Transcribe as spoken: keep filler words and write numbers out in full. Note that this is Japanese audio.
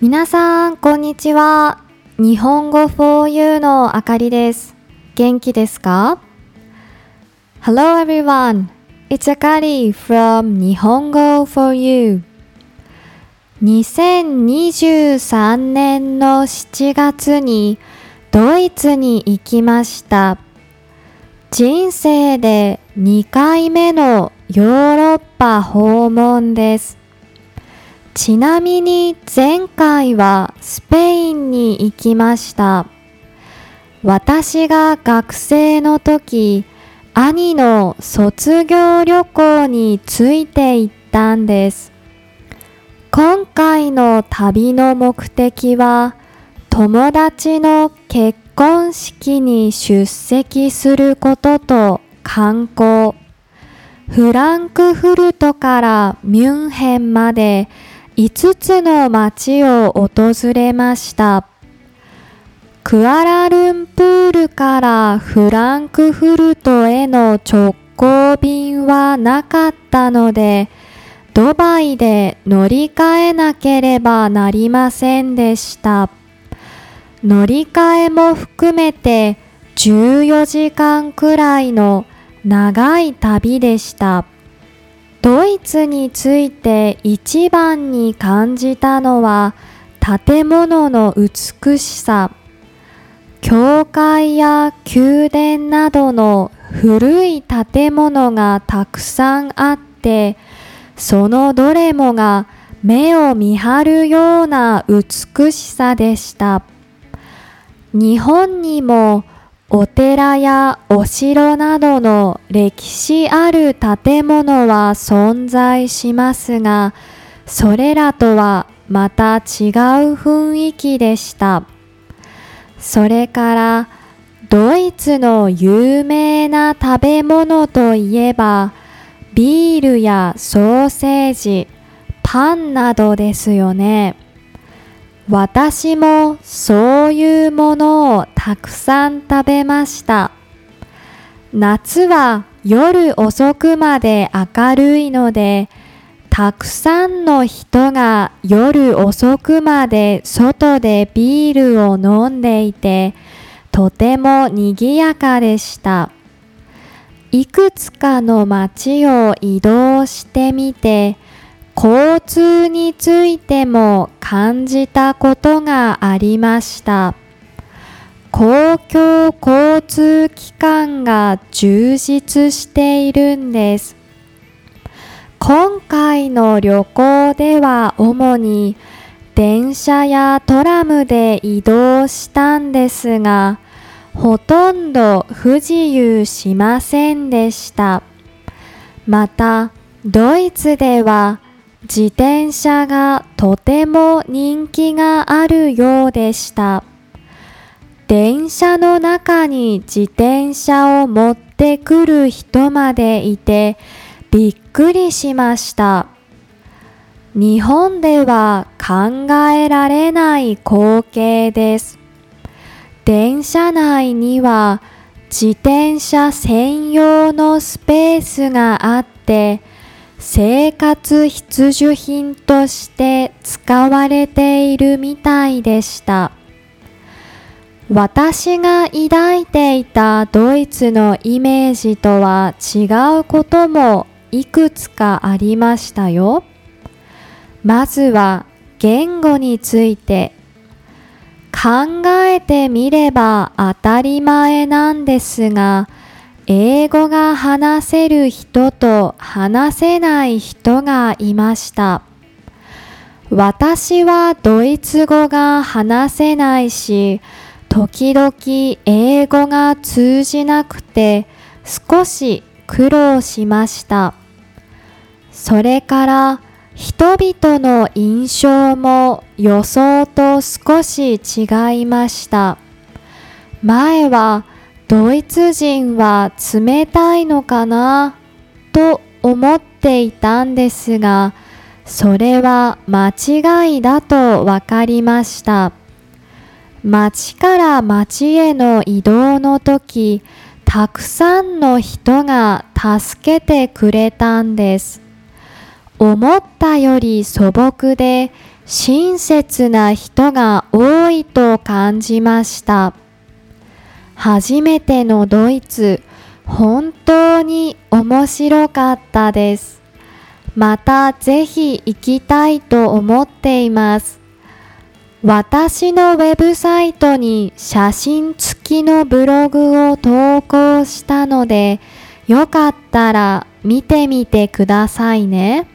皆さん、こんにちは。日本語 for you のあかりです。元気ですか？ Hello everyone, it's Akari from 日本語 for you。にせんにじゅうさんねんのしちがつにドイツに行きました。人生でにかいめのヨーロッパ訪問です。ちなみに前回はスペインに行きました。私が学生の時、兄の卒業旅行について行ったんです。今回の旅の目的は、友達の結婚式に出席することと観光。フランクフルトからミュンヘンまでいつつの町を訪れました。クアラルンプールからフランクフルトへの直行便はなかったので、ドバイで乗り換えなければなりませんでした。乗り換えも含めてじゅうよじかんくらいの長い旅でした。ドイツについて一番に感じたのは建物の美しさ。教会や宮殿などの古い建物がたくさんあって、そのどれもが目を見張るような美しさでした。日本にもお寺やお城などの歴史ある建物は存在しますが、それらとはまた違う雰囲気でした。それからドイツの有名な食べ物といえば、ビールやソーセージ、パンなどですよね。私もそういうものをたくさん食べました。夏は夜遅くまで明るいので、たくさんの人が夜遅くまで外でビールを飲んでいて、とても賑やかでした。いくつかの街を移動してみて、交通についても感じたことがありました。公共交通機関が充実しているんです。今回の旅行では主に電車やトラムで移動したんですが、ほとんど不自由しませんでした。また、ドイツでは自転車がとても人気があるようでした。電車の中に自転車を持ってくる人までいてびっくりしました。日本では考えられない光景です。電車内には自転車専用のスペースがあって、生活必需品として使われているみたいでした。私が抱いていたドイツのイメージとは違うこともいくつかありましたよ。まずは言語について。考えてみれば当たり前なんですが、英語が話せる人と話せない人がいました。私はドイツ語が話せないし、時々英語が通じなくて少し苦労しました。それから人々の印象も予想と少し違いました。前はドイツ人は冷たいのかなと思っていたんですが、それは間違いだとわかりました。町から町への移動の時、たくさんの人が助けてくれたんです。思ったより素朴で親切な人が多いと感じました。初めてのドイツ、本当に面白かったです。またぜひ行きたいと思っています。私のウェブサイトに写真付きのブログを投稿したので、よかったら見てみてくださいね。